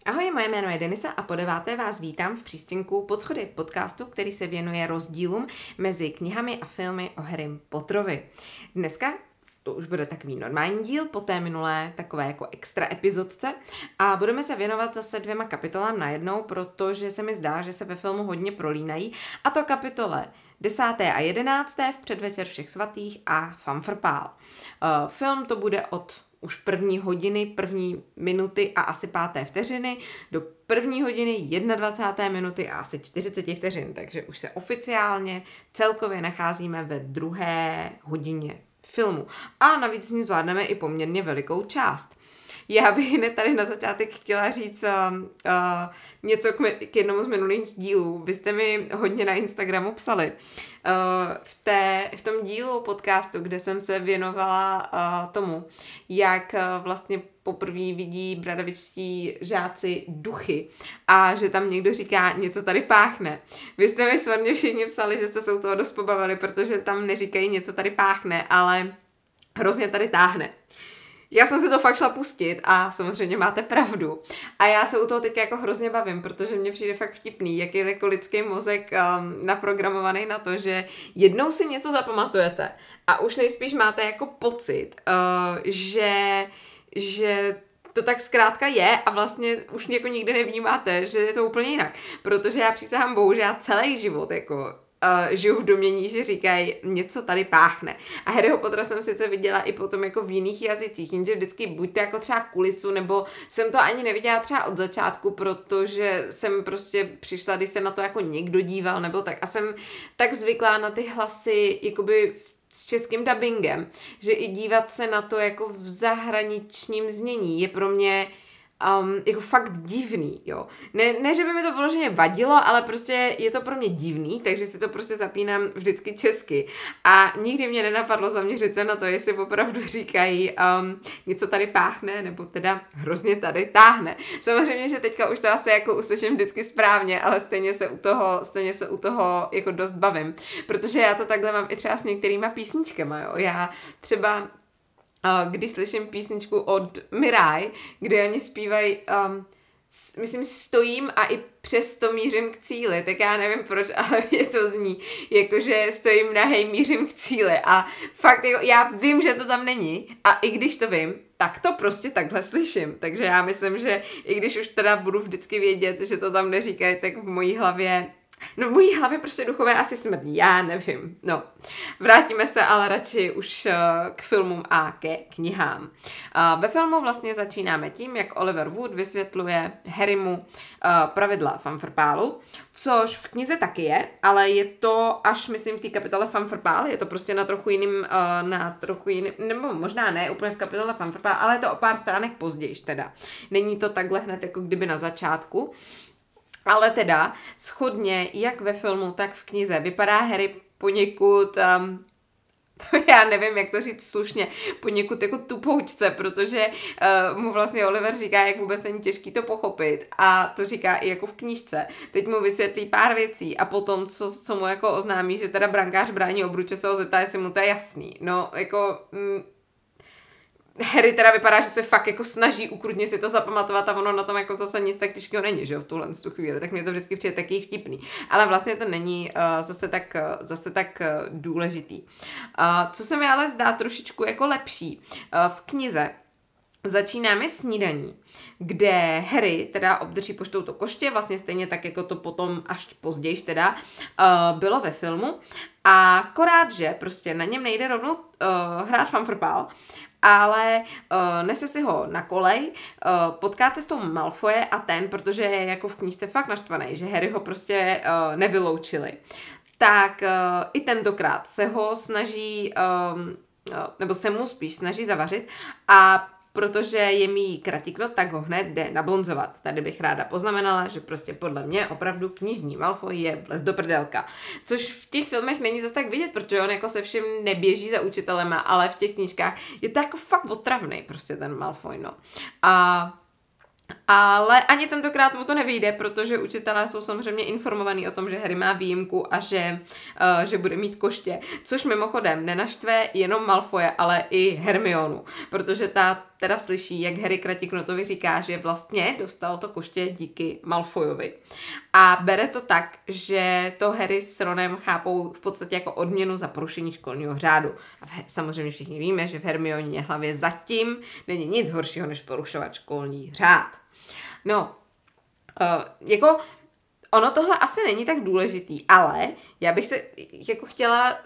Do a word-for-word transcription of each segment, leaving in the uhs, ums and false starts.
Ahoj, moje jméno je Denisa a po deváté vás vítám v přístěnku Pod schody podcastu, který se věnuje rozdílům mezi knihami a filmy o Harrym Potterovi. Dneska to už bude takový normální díl, po té minulé takové jako extra epizodce a budeme se věnovat zase dvěma kapitolám najednou, protože se mi zdá, že se ve filmu hodně prolínají, a to kapitole desáté a jedenácté v předvečer všech svatých a Fanfrpál. Uh, film to bude od už první hodiny, první minuty a asi páté vteřiny do první hodiny, dvacáté jedna minuty a asi čtyřicet vteřin, takže už se oficiálně celkově nacházíme ve druhé hodině filmu. A navíc z ní zvládneme i poměrně velikou část. Já bych hned tady na začátek chtěla říct uh, uh, něco k, mi, k jednomu z minulých dílů. Vy jste mi hodně na Instagramu psali. Uh, v, té, v tom dílu podcastu, kde jsem se věnovala uh, tomu, jak uh, vlastně poprvé vidí bradavičtí žáci duchy a že tam někdo říká, něco tady páchne. Vy jste mi svorně všichni psali, že jste se u toho dost pobavili, protože tam neříkají něco tady páchne, ale hrozně tady táhne. Já jsem si to fakt šla pustit a samozřejmě máte pravdu. A já se u toho teď jako hrozně bavím, protože mně přijde fakt vtipný, jak je jako lidský mozek um, naprogramovaný na to, že jednou si něco zapamatujete a už nejspíš máte jako pocit, uh, že, že to tak zkrátka je a vlastně už jako nikdy nevnímáte, že je to úplně jinak. Protože já přísahám bohu, že já celý život jako Uh, žiju v domění, že říkají, něco tady páchne. A Harryho Pottera jsem sice viděla i potom jako v jiných jazycích, jenže vždycky buď to jako třeba kulisu, nebo jsem to ani neviděla třeba od začátku, protože jsem prostě přišla, když se na to jako někdo díval, nebo tak. A jsem tak zvyklá na ty hlasy, jakoby s českým dubbingem, že i dívat se na to jako v zahraničním znění je pro mě Um, jako fakt divný, jo. Ne, ne, že by mi to vyloženě vadilo, ale prostě je to pro mě divný, takže si to prostě zapínám vždycky česky. A nikdy mě nenapadlo zaměřit se na to, jestli opravdu říkají um, něco tady páchne, nebo teda hrozně tady táhne. Samozřejmě, že teďka už to asi jako uslyším vždycky správně, ale stejně se u toho, stejně se u toho jako dost bavím. Protože já to takhle mám i třeba s některýma písničkama, jo. Já třeba když slyším písničku od Mirai, kde oni zpívají, um, myslím, stojím a i přesto mířím k cíli, tak já nevím proč, ale je to zní, jakože stojím nahej, mířím k cíli a fakt, jako, já vím, že to tam není a i když to vím, tak to prostě takhle slyším, takže já myslím, že i když už teda budu vždycky vědět, že to tam neříkají, tak v mojí hlavě No v mojí hlavě prostě duchové asi smrdí, já nevím. No, vrátíme se ale radši už uh, k filmům a ke knihám. Uh, ve filmu vlastně začínáme tím, jak Oliver Wood vysvětluje Harrymu uh, pravidla Fanfrpálu, což v knize taky je, ale je to až, myslím, v té kapitole Fanfrpál, je to prostě na trochu jiným, uh, na trochu jiným, nebo možná ne úplně v kapitole Fanfrpál, ale je to o pár stránek později teda. Není to takhle hned jako kdyby na začátku. Ale teda shodně, jak ve filmu, tak v knize, vypadá Harry poněkud, um, já nevím, jak to říct slušně, poněkud jako tupoučce, protože uh, mu vlastně Oliver říká, jak vůbec není těžký to pochopit a to říká i jako v knížce. Teď mu vysvětlí pár věcí a potom, co, co mu jako oznámí, že teda brankář brání obruče, se ho zeptá, jestli mu to je jasný. No, jako... Mm, Harry teda vypadá, že se fakt jako snaží ukrutně si to zapamatovat a ono na tom jako zase nic tak těžkého není, že jo, v tuhle tu chvíli, tak mě to vždycky přijde taky vtipný. Ale vlastně to není uh, zase tak, uh, zase tak uh, důležitý. Uh, co se mi ale zdá trošičku jako lepší, uh, v knize začínáme snídaní, kde Harry teda obdrží poštou to koště, vlastně stejně tak, jako to potom až později teda uh, bylo ve filmu. A akorát, že prostě na něm nejde rovnou uh, hrát Fanfrpál, ale uh, nese si ho na kolej, uh, potká cestou Malfoje a ten, protože je jako v knížce fakt naštvaný, že Harry ho prostě uh, nevyloučili, tak uh, i tentokrát se ho snaží, um, uh, nebo se mu spíš snaží zavařit a protože je mý kratikno, tak ho hned jde nabonzovat. Tady bych ráda poznamenala, že prostě podle mě opravdu knižní Malfoy je vlez do prdelka. Což v těch filmech není zase tak vidět, protože on jako se vším neběží za učitelema, ale v těch knížkách je to jako fakt otravnej prostě ten Malfoy, no. A Ale ani tentokrát mu to nevyjde, protože učitelé jsou samozřejmě informovaní o tom, že Harry má výjimku a že, uh, že bude mít koště. Což mimochodem nenaštve jenom Malfoje, ale i Hermionu. Protože ta teda slyší, jak Harry Kratiknotovi říká, že vlastně dostal to koště díky Malfojovi. A bere to tak, že to Harry s Ronem chápou v podstatě jako odměnu za porušení školního řádu. A v, samozřejmě všichni víme, že v Hermioně hlavě zatím není nic horšího, než porušovat školní řád. No, uh, jako ono tohle asi není tak důležitý, ale já bych se jako chtěla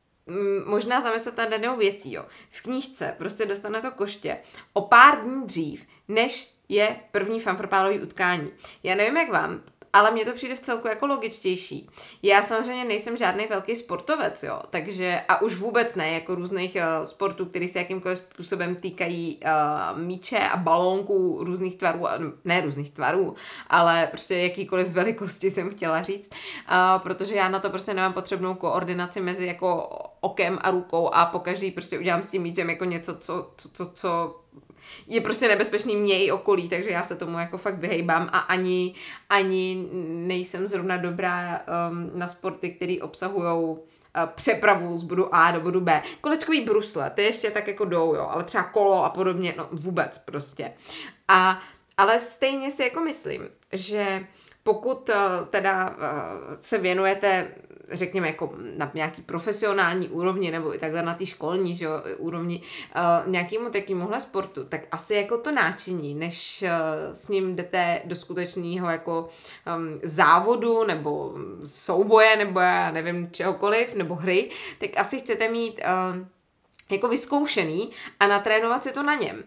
mm, možná zamyslet nad jednou věcí, jo. V knížce prostě dostane to koště o pár dní dřív, než je první fanfrpálový utkání. Já nevím, jak vám, ale mně to přijde v celku jako logičtější. Já samozřejmě nejsem žádný velký sportovec, jo, takže a už vůbec ne, jako různých uh, sportů, které se jakýmkoliv způsobem týkají uh, míče a balónků různých tvarů, ne různých tvarů, ale prostě jakýkoliv velikosti jsem chtěla říct, uh, protože já na to prostě nemám potřebnou koordinaci mezi jako okem a rukou a pokaždý prostě udělám s tím míčem jako něco, co, co, co, co je prostě nebezpečný mě i okolí, takže já se tomu jako fakt vyhejbám a ani, ani nejsem zrovna dobrá um, na sporty, které obsahují uh, přepravu z bodu A do bodu B. Kolečkový brusle, ty ještě tak jako jdou, jo, ale třeba kolo a podobně, no vůbec prostě. A, ale stejně si jako myslím, že pokud uh, teda uh, se věnujete řekněme jako na nějaký profesionální úrovni nebo i takhle na té školní že, úrovni uh, nějakému takovémuhle sportu, tak asi jako to náčiní, než uh, s ním jdete do skutečného jako um, závodu nebo souboje nebo já nevím čehokoliv nebo hry, tak asi chcete mít uh, jako vyzkoušený a natrénovat si to na něm.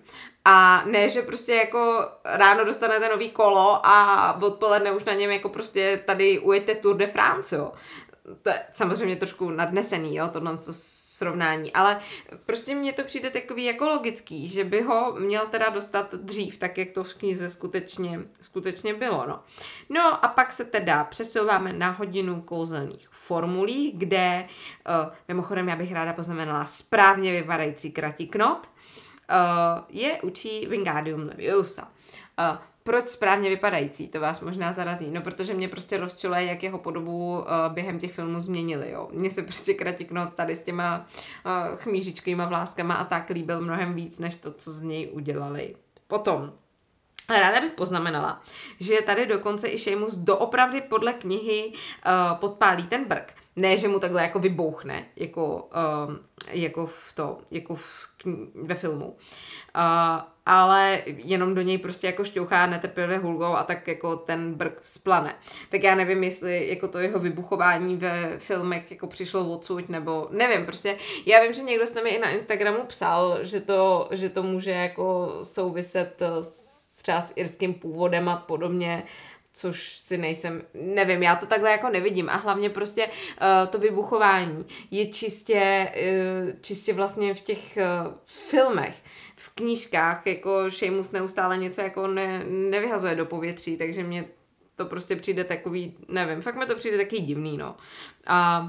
A ne, že prostě jako ráno dostanete nový kolo a odpoledne už na něm jako prostě tady ujete Tour de France, jo. To je samozřejmě trošku nadnesený, jo, tohle srovnání, ale prostě mně to přijde takový jako logický, že by ho měl teda dostat dřív, tak jak to v knize skutečně, skutečně bylo, no. No a pak se teda přesouváme na hodinu kouzelných formulí, kde, uh, mimochodem já bych ráda poznamenala správně vypadající Kratiknot, uh, je učí Wingardium Leviosa. Uh, Proč správně vypadající? To vás možná zarazí. No, protože mě prostě rozčiluje, jak jeho podobu uh, během těch filmů změnili, jo. Mně se prostě Kratiknot tady s těma uh, chmířičkýma vláskama a tak líbil mnohem víc, než to, co z něj udělali potom. Ale ráda bych poznamenala, že tady dokonce i Seamus doopravdy podle knihy uh, podpálí ten brk. Ne, že mu takhle jako vybouchne, jako, uh, jako v to, jako v kni- ve filmu. Uh, ale jenom do něj prostě jako šťouchá netrpělivě hulgou a tak jako ten brk splane. Tak já nevím, jestli jako to jeho vybuchování ve filmech jako přišlo odsud, nebo nevím, prostě já vím, že někdo jste mi i na Instagramu psal, že to, že to může jako souviset s, třeba s irským původem a podobně, což si nejsem, nevím, já to takhle jako nevidím a hlavně prostě uh, to vybuchování je čistě, uh, čistě vlastně v těch uh, filmech, v knížkách, jako Seamus neustále něco jako ne, nevyhazuje do povětří, takže mně to prostě přijde takový, nevím, fakt mi to přijde takový divný, no. A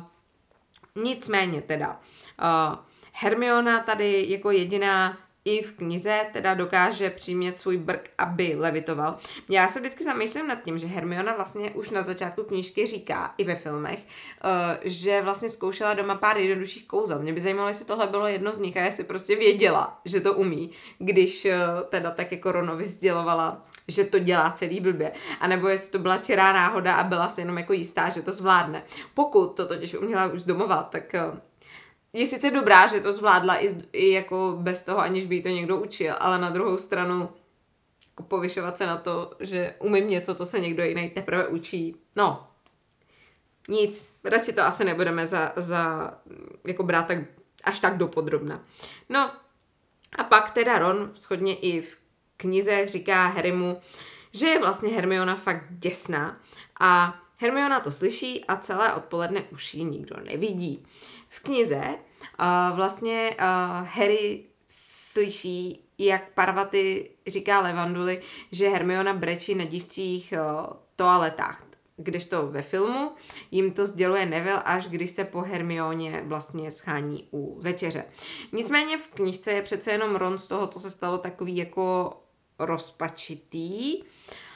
nicméně teda, uh, Hermiona tady jako jediná i v knize teda dokáže přimět svůj brk, aby levitoval. Já se vždycky zamýšlím nad tím, že Hermiona vlastně už na začátku knížky říká, i ve filmech, uh, že vlastně zkoušela doma pár jednodušších kouzel. Mě by zajímalo, jestli tohle bylo jedno z nich a jestli prostě věděla, že to umí, když uh, teda tak jako Ronovi sdělovala, že to dělá celý blbě. A nebo jestli to byla čirá náhoda a byla si jenom jako jistá, že to zvládne. Pokud to totiž uměla už domovat, tak uh, je sice dobrá, že to zvládla i, i jako bez toho, aniž by jí to někdo učil, ale na druhou stranu jako povyšovat se na to, že umím něco, co se někdo jiný teprve učí. No, nic, radši to asi nebudeme za, za jako brát tak, až tak dopodrobna. No, a pak teda Ron shodně i v knize říká Harrymu, že je vlastně Hermiona fakt děsná a Hermiona to slyší a celé odpoledne už ji nikdo nevidí. V knize uh, vlastně uh, Harry slyší, jak Parvati říká Levanduli, že Hermiona brečí na dívčích uh, toaletách. Kdežto ve filmu jim to sděluje Neville, až když se po Hermioně vlastně schání u večeře. Nicméně v knižce je přece jenom Ron z toho, co se stalo, takový jako rozpačitý.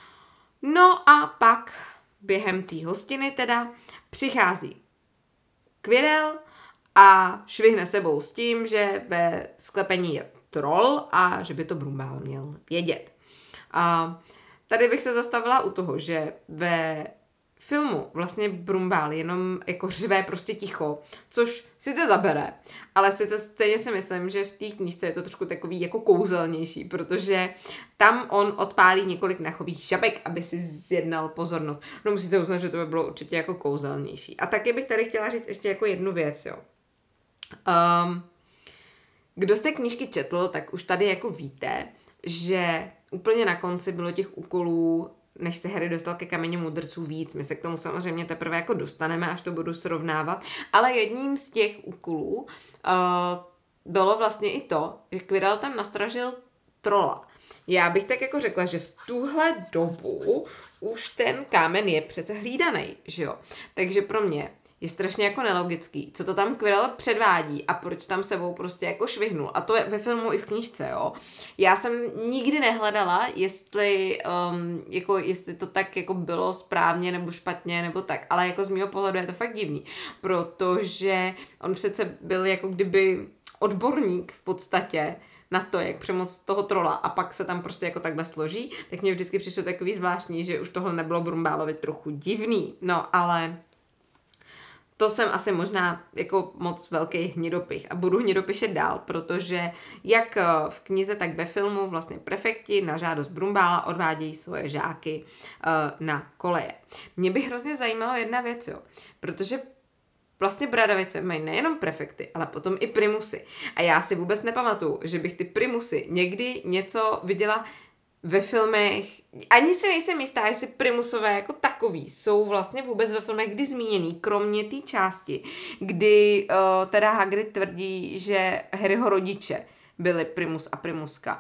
No a pak během té hostiny teda přichází Quirrell a švihne sebou s tím, že ve sklepení je troll a že by to Brumbál měl vědět. A tady bych se zastavila u toho, že ve filmu vlastně Brumbál jenom jako řve prostě ticho, což sice zabere, ale sice stejně si myslím, že v té knížce je to trošku takový jako kouzelnější, protože tam on odpálí několik nechových žabek, aby si zjednal pozornost. No musíte uznat, že to by bylo určitě jako kouzelnější. A taky bych tady chtěla říct ještě jako jednu věc, jo. Um, kdo jste knížky četl, tak už tady jako víte, že úplně na konci bylo těch úkolů, než se Harry dostal ke kameni mudrců víc. My se k tomu samozřejmě teprve jako dostaneme, až to budu srovnávat. Ale jedním z těch úkolů uh, bylo vlastně i to, že Quirrell tam nastražil trola. Já bych tak jako řekla, že v tuhle dobu už ten kámen je přece hlídaný, že jo? Takže pro mě je strašně jako nelogický, co to tam Quirrell předvádí a proč tam sebou prostě jako švihnul. A to je ve filmu i v knížce, jo. Já jsem nikdy nehledala, jestli, um, jako, jestli to tak jako bylo správně nebo špatně nebo tak, ale jako z mýho pohledu je to fakt divný, protože on přece byl jako kdyby odborník v podstatě na to, jak přemoc toho trola a pak se tam prostě jako takhle složí, tak mě vždycky přišlo takový zvláštní, že už tohle nebylo Brumbálovi trochu divný. No, ale to jsem asi možná jako moc velký hnidopich a budu hnidopišet dál, protože jak v knize, tak ve filmu vlastně prefekti na žádost Brumbála odvádějí svoje žáky uh, na koleje. Mě by hrozně zajímalo jedna věc, jo, protože vlastně Bradavice mají nejenom prefekty, ale potom i primusy. A já si vůbec nepamatuju, že bych ty primusy někdy něco viděla ve filmech, ani si nejsem jistá, jestli primusové jako takový jsou vlastně vůbec ve filmech kdy zmíněný, kromě té části, kdy uh, teda Hagrid tvrdí, že Harryho rodiče byli primus a primuska.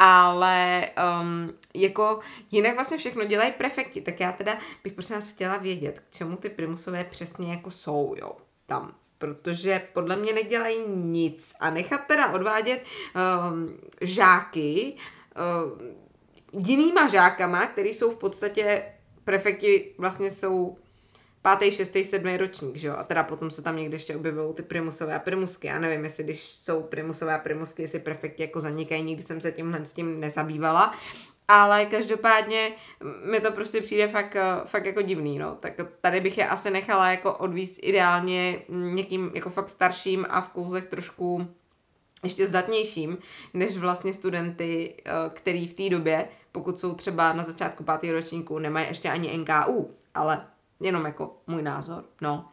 Ale um, jako jinak vlastně všechno dělají prefekti, tak já teda bych prostě nás chtěla vědět, k čemu ty primusové přesně jako jsou, jo, tam. Protože podle mě nedělají nic a nechat teda odvádět um, žáky um, jinýma žákama, který jsou v podstatě, prefekti vlastně jsou pátý, šestý, sedmý ročník, že jo? A teda potom se tam někde ještě objevují ty primusové a primusky. Já nevím, jestli když jsou primusové a primusky, jestli prefekti jako zanikají, nikdy jsem se tímhle s tím nezabývala. Ale každopádně mi to prostě přijde fakt, fakt jako divný, no. Tak tady bych je asi nechala jako odvízt ideálně někým jako fakt starším a v kouzlech trošku ještě zdatnějším, než vlastně studenty, který v té době, pokud jsou třeba na začátku pátého ročníku, nemají ještě ani N K U, ale jenom jako můj názor, no.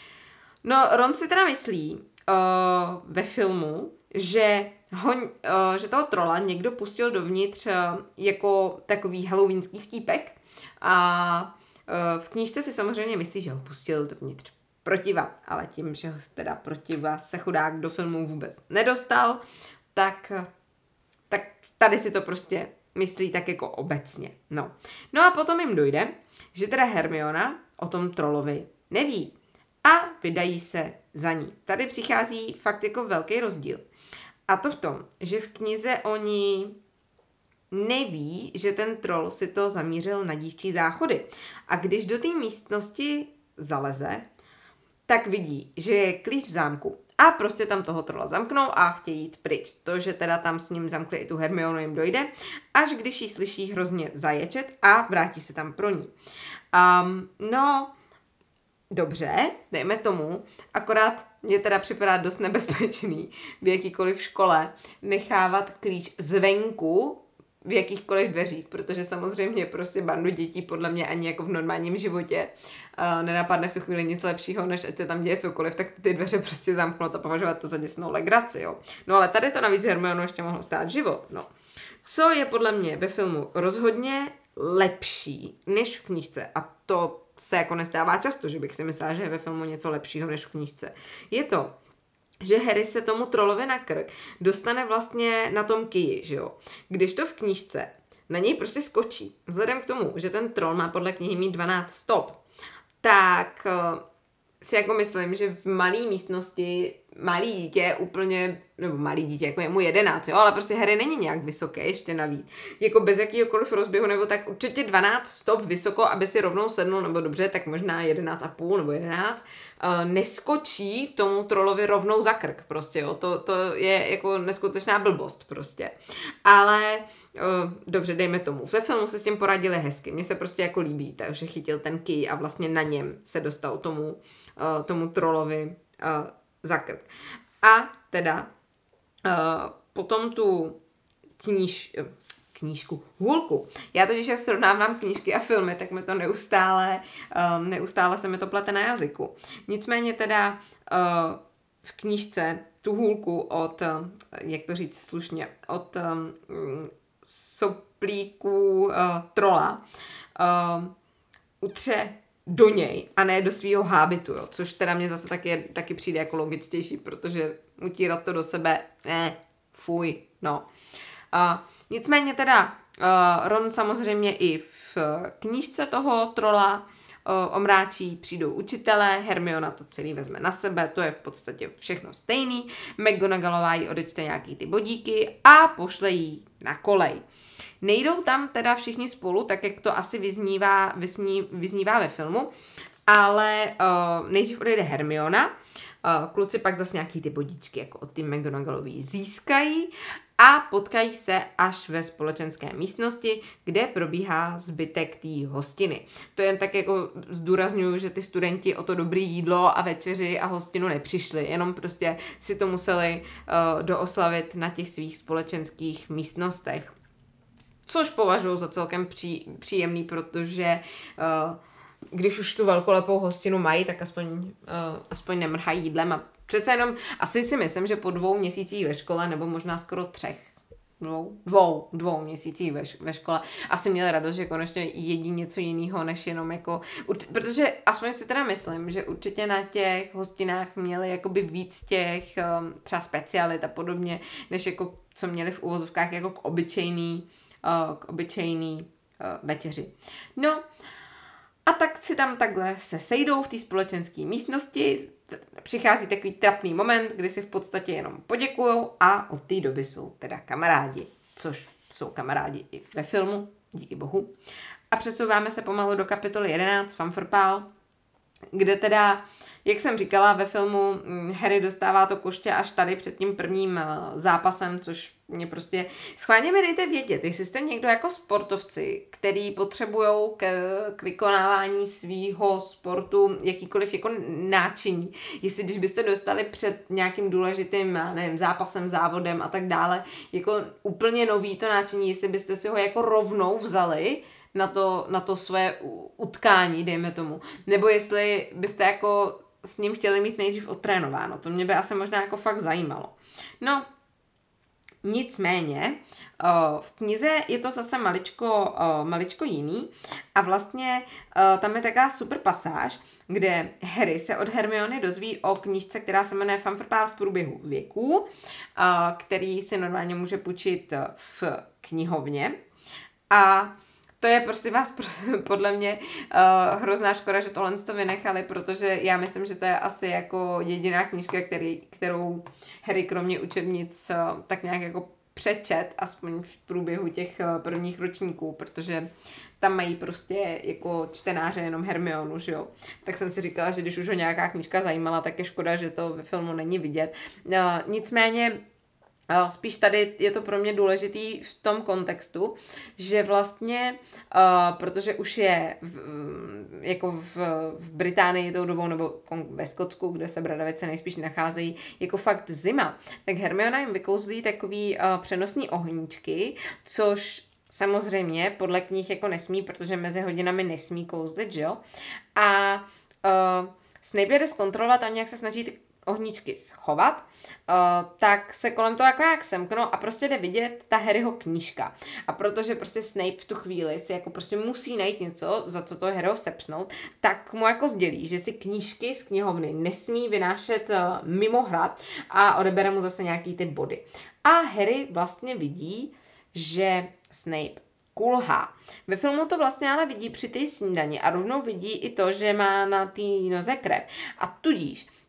No, Ron si teda myslí uh, ve filmu, že, ho, uh, že toho trola někdo pustil dovnitř uh, jako takový halloweenský vtípek a uh, v knížce si samozřejmě myslí, že ho pustil dovnitř Protiva, ale tím, že teda Protiva se chudák do filmu vůbec nedostal, tak, tak tady si to prostě myslí tak jako obecně. No. no a potom jim dojde, že teda Hermiona o tom trolovi neví a vydají se za ní. Tady přichází fakt jako velký rozdíl. A to v tom, že v knize oni neví, že ten troll si to zamířil na dívčí záchody. A když do té místnosti zaleze, tak vidí, že je klíč v zámku a prostě tam toho trola zamknou a chtějí jít pryč. To, že teda tam s ním zamkli i tu Hermionu, jim dojde, až když ji slyší hrozně zaječet a vrátí se tam pro ní. Um, no, dobře, dejme tomu, akorát mě teda připadá dost nebezpečný v jakýkoliv škole nechávat klíč zvenku v jakýchkoliv dveřích, protože samozřejmě prostě bandu dětí podle mě ani jako v normálním životě uh, nenapadne v tu chvíli nic lepšího, než ať se tam děje cokoliv, tak ty dveře prostě zamknout a považovat to za děsnou legraci, jo. No ale tady to navíc Hermionu ještě mohlo stát život, no. Co je podle mě ve filmu rozhodně lepší než v knížce, a to se jako nestává často, že bych si myslela, že je ve filmu něco lepšího než v knížce, je to, že Harry se tomu trolovi na krk dostane vlastně na tom kyji, že jo. Když to v knížce na něj prostě skočí, vzhledem k tomu, že ten troll má podle knihy mít dvanáct stop, tak uh, si jako myslím, že v malé místnosti malý dítě úplně, nebo malý dítě, jako je mu jedenáct, jo, ale prostě Harry není nějak vysoké ještě navíc. Jako bez jakýhokoliv rozběhu, nebo tak určitě dvanáct stop vysoko, aby si rovnou sednul, nebo dobře, tak možná jedenáct a půl nebo jedenáct, uh, neskočí tomu trolovi rovnou za krk, prostě, jo, to, to je jako neskutečná blbost, prostě. Ale uh, dobře, dejme tomu. Ve filmu se s tím poradili hezky, mně se prostě jako líbí, to, že chytil ten kij a vlastně na něm se dostal tomu, uh, tomu trolovi uh, za krk. A teda uh, potom tu kníž, knížku, hůlku. Já totiž, jak srovnávám knížky a filmy, tak mi to neustále, um, neustále se mi to plete na jazyku. Nicméně teda uh, v knížce tu hůlku od, uh, jak to říct slušně, od um, soplíků uh, trola uh, utře do něj a ne do svýho hábitu, jo, což teda mě zase taky, taky přijde jako logičtější, protože utírat to do sebe, ne, fuj, no. Uh, nicméně teda uh, Ron samozřejmě i v knížce toho trola uh, omráčí, přijdou učitelé, Hermiona to celý vezme na sebe, to je v podstatě všechno stejný, McGonagallová jí odečte nějaký ty bodíky a pošle jí na kolej. Nejdou tam teda všichni spolu, tak jak to asi vyznívá, vyzní, vyznívá ve filmu, ale uh, nejdřív odejde Hermiona, uh, kluci pak zase nějaký ty bodíčky jako od ty McGonagallový získají a potkají se až ve společenské místnosti, kde probíhá zbytek té hostiny. To jen tak jako zdůrazňuju, že ty studenti o to dobré jídlo a večeři a hostinu nepřišli, jenom prostě si to museli uh, dooslavit na těch svých společenských místnostech. Což považuji za celkem pří, příjemný, protože uh, když už tu velkolepou hostinu mají, tak aspoň, uh, aspoň nemrhají jídlem. A přece jenom asi si myslím, že po dvou měsících ve škole, nebo možná skoro třech, dvou, dvou, dvou měsících ve, ve škole, asi měli radost, že konečně jedí něco jiného, než jenom jako, protože aspoň si teda myslím, že určitě na těch hostinách měli jakoby víc těch um, třeba specialit a podobně, než jako co měli v uvozovkách jako k obyčejný k obyčejný uh, večeři. No a tak si tam takhle se sejdou v té společenské místnosti, přichází takový trapný moment, kdy si v podstatě jenom poděkujou a od té doby jsou teda kamarádi, což jsou kamarádi i ve filmu, díky bohu. A přesouváme se pomalu do kapitoly jedenáct, Fumfrpál, kde teda, jak jsem říkala, ve filmu Harry dostává to koště až tady před tím prvním zápasem, což mě prostě... Schválně mi dejte vědět, jestli jste někdo jako sportovci, který potřebujou k, k vykonávání svýho sportu jakýkoliv jako náčiní. Jestli když byste dostali před nějakým důležitým, nevím, zápasem, závodem a tak dále, jako úplně nový to náčiní, jestli byste si ho jako rovnou vzali, na to, na to své utkání, dejme tomu. Nebo jestli byste jako s ním chtěli mít nejdřív odtrénováno. To mě by asi možná jako fakt zajímalo. No, nicméně, v knize je to zase maličko, maličko jiný a vlastně tam je taková super pasáž, kde Harry se od Hermiony dozví o knížce, která se jmenuje Fumfrpál v průběhu věků, který si normálně může půjčit v knihovně. A to je prostě vás podle mě uh, hrozná škoda, že tohle to vynechali, protože já myslím, že to je asi jako jediná knížka, který, kterou Harry kromě učebnic uh, tak nějak jako přečet, aspoň v průběhu těch uh, prvních ročníků, protože tam mají prostě jako čtenáře jenom Hermionu, že jo. Tak jsem si říkala, že když už ho nějaká knížka zajímala, tak je škoda, že to ve filmu není vidět. Uh, nicméně spíš tady je to pro mě důležitý v tom kontextu, že vlastně, uh, protože už je v, jako v, v Británii tou dobou, nebo ve Skotsku, kde se bradavice nejspíš nacházejí, jako fakt zima, tak Hermiona jim vykouzlí takový uh, přenosný ohníčky, což samozřejmě podle knih jako nesmí, protože mezi hodinami nesmí kouzlit, že jo? A uh, Snape jde zkontrolovat a nějak se snaží ty ohníčky schovat, uh, tak se kolem toho jako jak semknou a prostě jde vidět ta Harryho knížka. A protože prostě Snape v tu chvíli si jako prostě musí najít něco, za co to Harryho sepsnout, tak mu jako sdělí, že si knížky z knihovny nesmí vynášet uh, mimo hrad a odebere mu zase nějaký ty body. A Harry vlastně vidí, že Snape kulhá. Ve filmu to vlastně ale vidí při té snídani a rovnou vidí i to, že má na té noze krev. A tudíž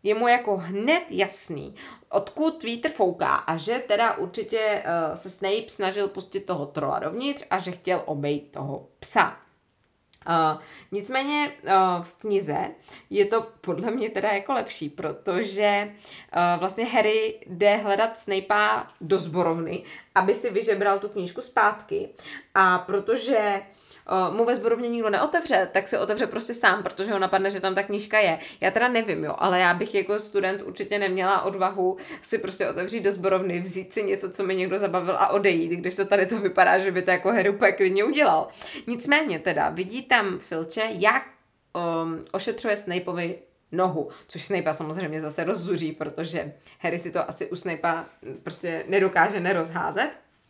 je mu jako hned jasný, odkud vítr fouká a že teda určitě uh, se Snape snažil pustit toho trola dovnitř a že chtěl obejít toho psa. Uh, nicméně uh, v knize je to podle mě teda jako lepší, protože uh, vlastně Harry jde hledat Snapea do sborovny, aby si vyžebral tu knížku zpátky a protože Uh, mu ve sborovně nikdo neotevře, tak se otevře prostě sám, protože ho napadne, že tam ta knížka je. Já teda nevím, jo, ale já bych jako student určitě neměla odvahu si prostě otevřít do sborovny, vzít si něco, co mi někdo zabavil a odejít, když to tady to vypadá, že by to jako Harry úplně klidně udělal. Nicméně teda vidí tam Filče, jak um, ošetřuje Snapeovi nohu, což Snape'a samozřejmě zase rozzuří, protože Harry si to asi u Snape'a prostě nedokáže nerozházet.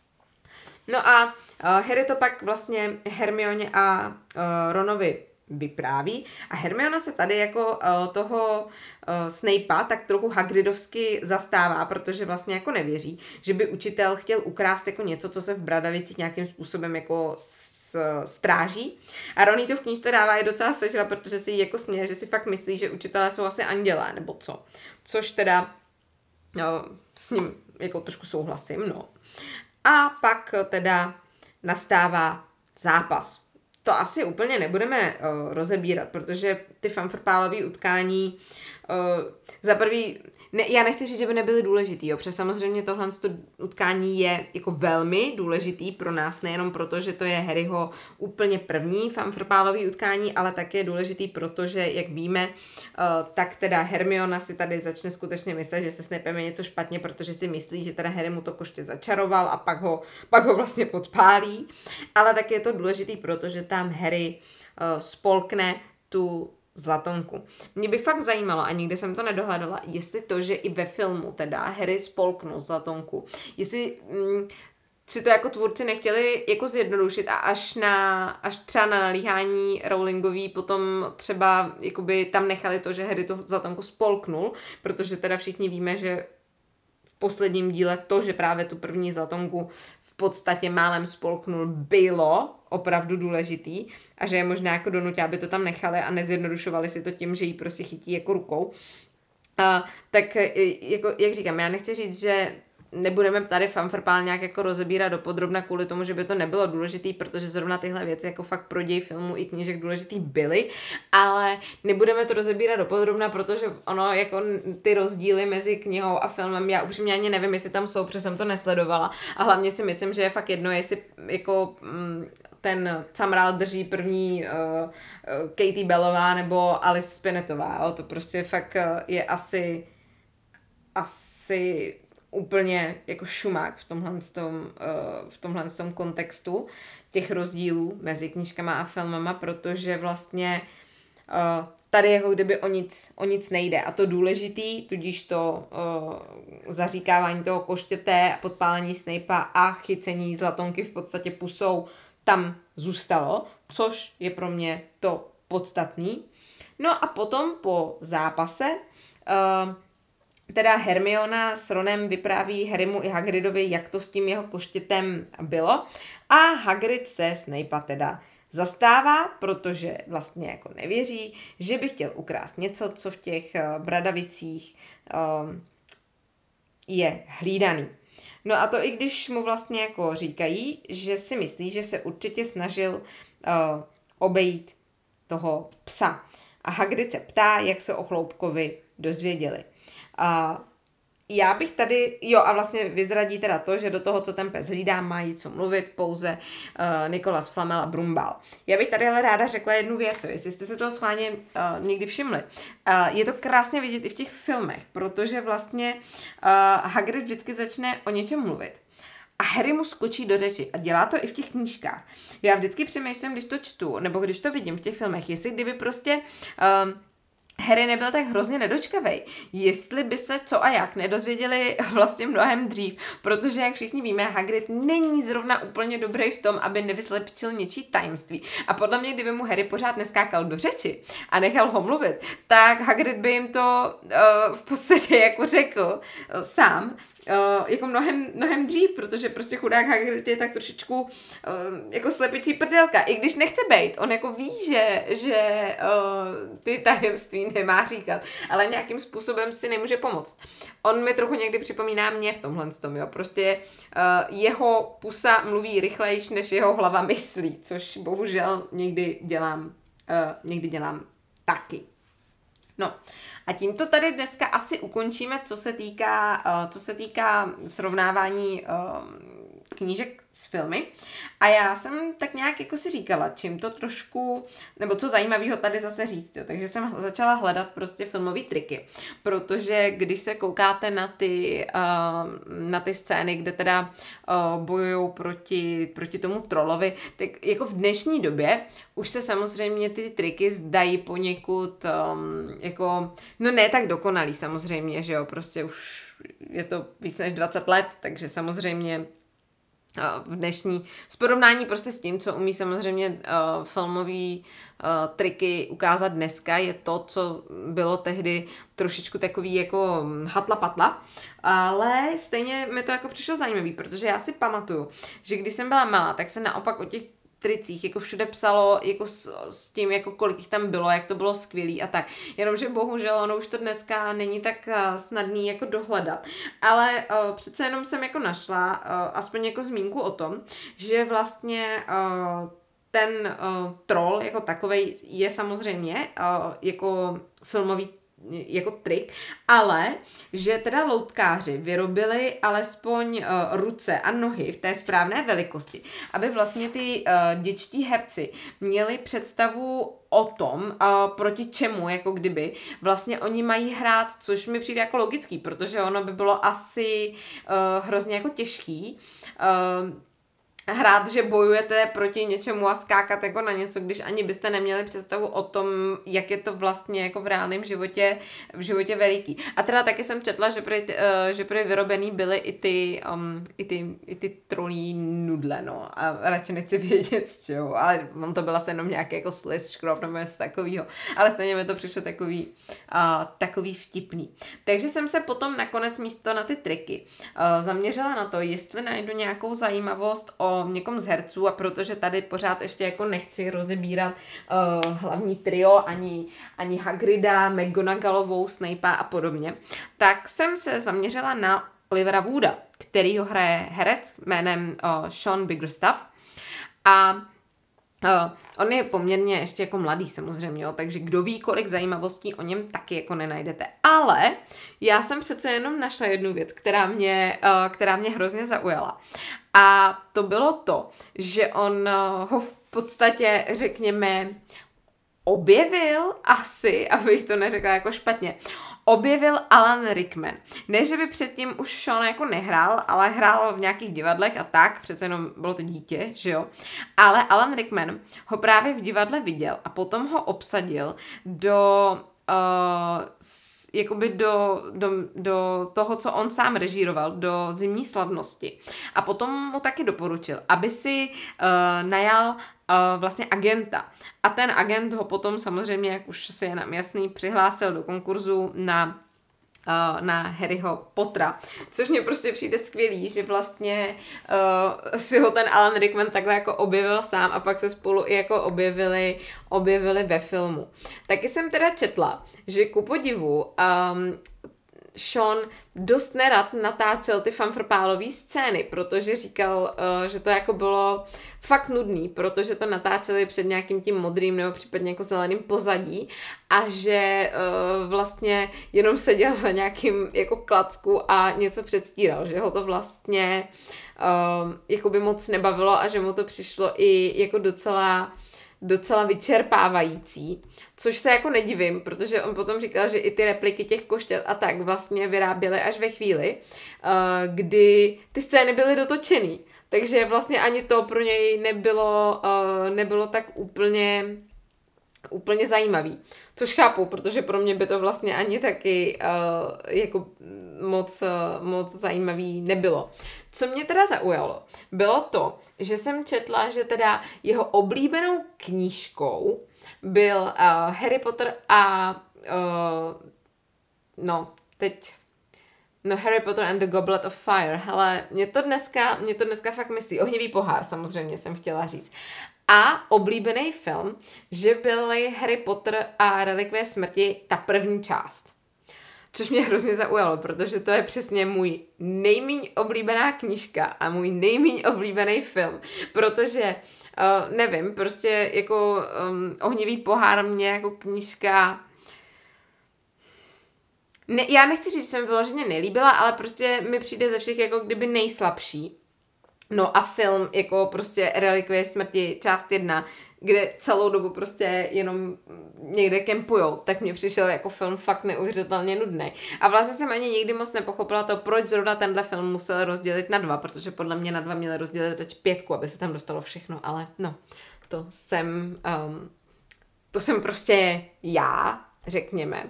No a uh, Harry to pak vlastně Hermioně a uh, Ronovi vypráví a Hermiona se tady jako uh, toho uh, Snape'a tak trochu Hagridovsky zastává, protože vlastně jako nevěří, že by učitel chtěl ukrást jako něco, co se v Bradavicích nějakým způsobem jako s, stráží. A Ron jí to v knížce dává i docela sežrat, protože si jí jako směje, že si fakt myslí, že učitelé jsou asi andělé, nebo co. Což teda no, s ním jako trošku souhlasím, no. A pak teda nastává zápas. To asi úplně nebudeme uh, rozebírat, protože ty fanfrpálové utkání uh, za prvý, ne, já nechci říct, že by nebyly důležitý, jo, protože samozřejmě tohle utkání je jako velmi důležitý pro nás, nejenom proto, že to je Harryho úplně první fanfrpálový utkání, ale také je důležitý, protože, jak víme, uh, tak teda Hermiona si tady začne skutečně myslet, že se Snapem je něco špatně, protože si myslí, že teda Harry mu to koště začaroval a pak ho, pak ho vlastně podpálí, ale tak je to důležitý, protože tam Harry uh, spolkne tu zlatonku. Mě by fakt zajímalo, a nikdy jsem to nedohledala, jestli to, že i ve filmu teda Harry spolknul zlatonku, jestli mm, si to jako tvůrci nechtěli jako zjednodušit a až na, až třeba na nalíhání Rowlingový potom třeba jakoby tam nechali to, že Harry tu zlatonku spolknul, protože teda všichni víme, že v posledním díle to, že právě tu první zlatonku v podstatě málem spolknul, bylo opravdu důležitý a že je možná jako donutí, aby to tam nechali a nezjednodušovali si to tím, že ji prostě chytí jako rukou. A, tak jako, jak říkám, já nechci říct, že nebudeme tady fanfrpál nějak jako rozebírat dopodrobna kvůli tomu, že by to nebylo důležitý, protože zrovna tyhle věci jako fakt pro děj filmu i knížek důležitý byly, ale nebudeme to rozebírat dopodrobna, protože ono jako ty rozdíly mezi knihou a filmem, já upřímně ani nevím, jestli tam jsou, protože jsem to nesledovala a hlavně si myslím, že je fakt jedno, jestli jako mm, ten Camrál drží první uh, Katie Bellová nebo Alice Spinettová, jo? To prostě fakt je asi asi úplně jako šumák v tomhle, tom, uh, v tomhle tom kontextu těch rozdílů mezi knížkama a filmama, protože vlastně uh, tady jako kdyby o nic, o nic nejde a to důležitý, tudíž to uh, zaříkávání toho koštěte, podpálení Snapea a chycení zlatonky v podstatě pusou tam zůstalo, což je pro mě to podstatný. No a potom po zápase uh, teda Hermiona s Ronem vypráví Harrymu i Hagridovi, jak to s tím jeho koštětem bylo a Hagrid se Snape'a teda zastává, protože vlastně jako nevěří, že by chtěl ukrást něco, co v těch uh, Bradavicích um, je hlídaný. No a to i když mu vlastně jako říkají, že si myslí, že se určitě snažil uh, obejít toho psa. A Hagrid se ptá, jak se o Chloupkovi dozvěděli. A já bych tady, jo a vlastně vyzradí teda to, že do toho, co ten pes hlídá, má jít co mluvit pouze uh, Nikolas Flamel a Brumbál. Já bych tady ale ráda řekla jednu věc, jestli jste si toho schválně uh, někdy všimli. Uh, je to krásně vidět i v těch filmech, protože vlastně uh, Hagrid vždycky začne o něčem mluvit. A Harry mu skočí do řeči a dělá to i v těch knížkách. Já vždycky přemýšlím, když to čtu, nebo když to vidím v těch filmech, jestli kdyby prostě Uh, Harry nebyl tak hrozně nedočkavej, jestli by se co a jak nedozvěděli vlastně mnohem dřív, protože jak všichni víme, Hagrid není zrovna úplně dobrý v tom, aby nevyslepčil něčí tajemství. A podle mě, kdyby mu Harry pořád neskákal do řeči a nechal ho mluvit, tak Hagrid by jim to uh, v podstatě jako řekl uh, sám Uh, jako mnohem, mnohem dřív, protože prostě chudák Hagrid je tak trošičku uh, jako slepičí prdelka. I když nechce bejt, on jako ví, že, že uh, ty tajemství nemá říkat, ale nějakým způsobem si nemůže pomoct. On mi trochu někdy připomíná mě v tomhle tom, jo. Prostě uh, jeho pusa mluví rychlejš, než jeho hlava myslí, což bohužel někdy dělám, uh, někdy dělám taky. No, a tímto tady dneska asi ukončíme, co se týká, uh, co se týká srovnávání uh, knížek s filmy. A já jsem tak nějak jako si říkala, čím to trošku, nebo co zajímavého tady zase říct, jo. Takže jsem začala hledat prostě filmové triky, protože když se koukáte na ty, uh, na ty scény, kde teda uh, bojují proti, proti tomu trolovi, tak jako v dnešní době už se samozřejmě ty triky zdají poněkud um, jako, no ne tak dokonalý samozřejmě, že jo, prostě už je to víc než dvacet let, takže samozřejmě v dnešní, s porovnání prostě s tím, co umí samozřejmě uh, filmový uh, triky ukázat dneska, je to, co bylo tehdy trošičku takový jako hatla patla, ale stejně mi to jako přišlo zajímavý, protože já si pamatuju, že když jsem byla malá, tak se naopak o těch tricích jako všude psalo jako s, s tím, jako kolik jich tam bylo, jak to bylo skvělý a tak. Jenomže bohužel ono už to dneska není tak uh, snadný jako dohledat. Ale uh, přece jenom jsem jako našla uh, aspoň jako zmínku o tom, že vlastně uh, ten uh, troll jako takovej je samozřejmě uh, jako filmový jako trik, ale že teda loutkáři vyrobili alespoň uh, ruce a nohy v té správné velikosti, aby vlastně ty uh, dětští herci měli představu o tom, uh, proti čemu, jako kdyby vlastně oni mají hrát, což mi přijde jako logický, protože ono by bylo asi uh, hrozně jako těžký uh, hrát, že bojujete proti něčemu a skákat jako na něco, když ani byste neměli představu o tom, jak je to vlastně jako v reálném životě, v životě veliký. A teda taky jsem četla, že prý, uh, že prý vyrobený byly i ty, um, i ty, i ty trolí nudle, no. A radši nechci vědět z čeho, ale on to byla se jenom nějaký jako sliz, škrob nebo něco takového. Ale stejně mi to přišlo takový, uh, takový vtipný. Takže jsem se potom nakonec místo na ty triky uh, zaměřila na to, jestli najdu nějakou zajímavost o někom z herců, a protože tady pořád ještě jako nechci rozebírat uh, hlavní trio, ani, ani Hagrida, McGonagallovou, Snapea a podobně, tak jsem se zaměřila na Olivera Wooda, který ho hraje herec jménem uh, Sean Biggerstaff. A Uh, on je poměrně ještě jako mladý samozřejmě, jo, takže kdo ví, kolik zajímavostí o něm taky jako nenajdete. Ale já jsem přece jenom našla jednu věc, která mě, uh, která mě hrozně zaujala. A to bylo to, že on uh, ho v podstatě, řekněme, objevil asi, abych to neřekla jako špatně, objevil Alan Rickman. Ne, že by předtím už Sean jako nehrál, ale hrál v nějakých divadlech a tak, přece jenom bylo to dítě, že jo. Ale Alan Rickman ho právě v divadle viděl a potom ho obsadil do Uh, s, jakoby do, do, do toho, co on sám režíroval, do Zimní slavnosti. A potom mu taky doporučil, aby si uh, najal uh, vlastně agenta. A ten agent ho potom samozřejmě, jak už si je nám jasný, přihlásil do konkurzu na na Harryho Pottera, což mě prostě přijde skvělý, že vlastně uh, si ho ten Alan Rickman takhle jako objevil sám a pak se spolu i jako objevili, objevili ve filmu. Taky jsem teda četla, že ku podivu um, Sean dost nerad natáčel ty fanfrpálové scény, protože říkal, uh, že to jako bylo fakt nudný, protože to natáčeli před nějakým tím modrým nebo případně jako zeleným pozadí a že uh, vlastně jenom seděl na nějakým jako klacku a něco předstíral, že ho to vlastně uh, jakoby moc nebavilo a že mu to přišlo i jako docela docela vyčerpávající, což se jako nedivím, protože on potom říkal, že i ty repliky těch koštět a tak vlastně vyráběly až ve chvíli, uh, kdy ty scény byly dotočený, takže vlastně ani to pro něj nebylo, uh, nebylo tak úplně úplně zajímavý. Což chápu, protože pro mě by to vlastně ani taky uh, jako moc, uh, moc zajímavý nebylo. Co mě teda zaujalo, bylo to, že jsem četla, že teda jeho oblíbenou knížkou byl uh, Harry Potter a uh, no, teď No Harry Potter and the Goblet of Fire. Hele, mě to dneska, mě to dneska fakt myslí. Ohnivý pohár samozřejmě jsem chtěla říct. A oblíbený film, že byly Harry Potter a Relikvie smrti ta první část. Což mě hrozně zaujalo, protože to je přesně můj nejméně oblíbená knížka a můj nejméně oblíbený film. Protože, uh, nevím, prostě jako um, Ohnivý pohár mě jako knížka... Ne, já nechci říct, že jsem vyloženě nelíbila, ale prostě mi přijde ze všech jako kdyby nejslabší. No a film jako prostě Relikvie smrti část jedna, kde celou dobu prostě jenom někde kempujou, tak mě přišel jako film fakt neuvěřitelně nudný. A vlastně jsem ani nikdy moc nepochopila to, proč zrovna tenhle film musel rozdělit na dva, protože podle mě na dva měli rozdělit teď pětku, aby se tam dostalo všechno, ale no, to jsem, um, to jsem prostě já, řekněme.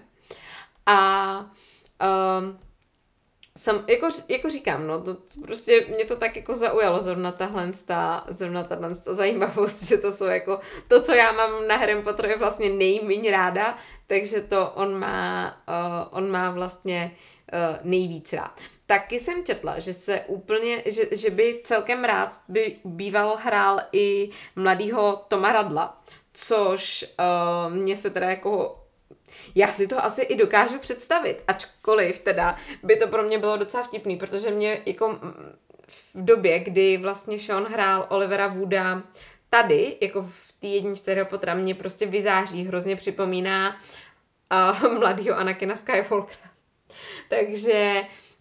A um, Sam, jako, jako říkám, no, to prostě mě to tak jako zaujalo, zrovna tahle, zrovna tahle zajímavost, že to jsou jako to, co já mám na Harry Potter je vlastně nejméně ráda, takže to on má, uh, on má vlastně uh, nejvíc rád. Taky jsem četla, že se úplně, že, že by celkem rád by býval hrál i mladýho Toma Radla, což uh, mě se teda jako já si to asi i dokážu představit, ačkoliv teda by to pro mě bylo docela vtipný, protože mě jako v době, kdy vlastně Sean hrál Olivera Wooda tady, jako v té jedničce Harry Pottera, mě prostě vyzáří, hrozně připomíná uh, mladýho Anakina Skywalkera. Takže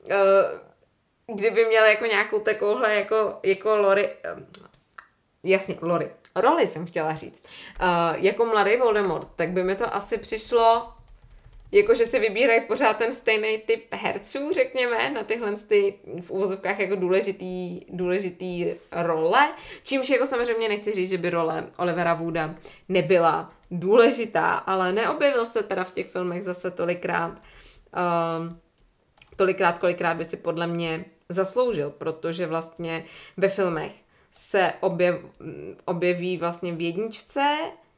uh, kdyby měl jako nějakou takovouhle jako, jako Lori, uh, jasně, Lori, roli jsem chtěla říct, uh, jako mladý Voldemort, tak by mi to asi přišlo, jako že si vybírají pořád ten stejný typ herců, řekněme, na tyhle ty v uvozovkách jako důležitý, důležitý role, čímž jako samozřejmě nechci říct, že by role Olivera Wooda nebyla důležitá, ale neobjevil se teda v těch filmech zase tolikrát, uh, tolikrát, kolikrát by si podle mě zasloužil, protože vlastně ve filmech se objev, objeví vlastně v jedničce,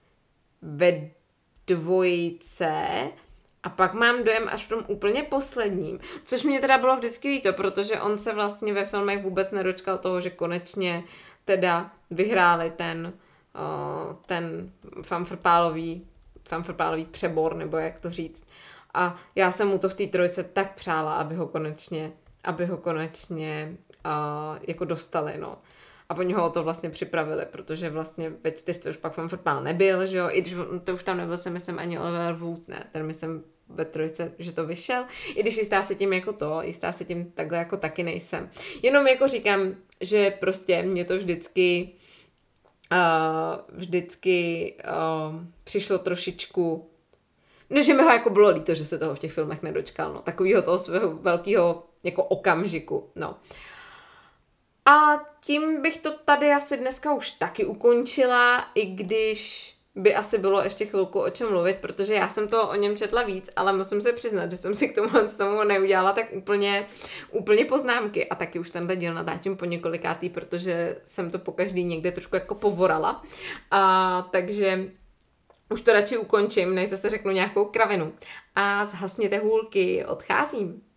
ve dvojice a pak mám dojem až v tom úplně posledním, což mě teda bylo vždycky líto, protože on se vlastně ve filmech vůbec nedočkal toho, že konečně teda vyhráli ten, uh, ten fanfrpálový, fanfrpálový přebor, nebo jak to říct. A já jsem mu to v té trojce tak přála, aby ho konečně, aby ho konečně uh, jako dostali, no. A oni ho o to vlastně připravili, protože vlastně ve čtyřce už pak fanfrpál nebyl, že jo, i když to už tam nebyl, jsem myslím ani Oliver Wood, ne, ten myslím ve trojce, že to vyšel, i když jistá se tím jako to, jistá se tím takhle jako taky nejsem. Jenom jako říkám, že prostě mě to vždycky uh, vždycky uh, přišlo trošičku, no, že mi ho jako bylo líto, že se toho v těch filmech nedočkal, no, takovýho toho svého velkého jako okamžiku, no. A tím bych to tady asi dneska už taky ukončila, i když by asi bylo ještě chvilku o čem mluvit, protože já jsem to o něm četla víc, ale musím se přiznat, že jsem si k tomu, tomu neudělala tak úplně, úplně poznámky a taky už tenhle díl natáčím po několikátý, protože jsem to pokaždý někde trošku jako povorala. A takže už to radši ukončím, než zase řeknu nějakou kravinu. A zhasněte hůlky, odcházím.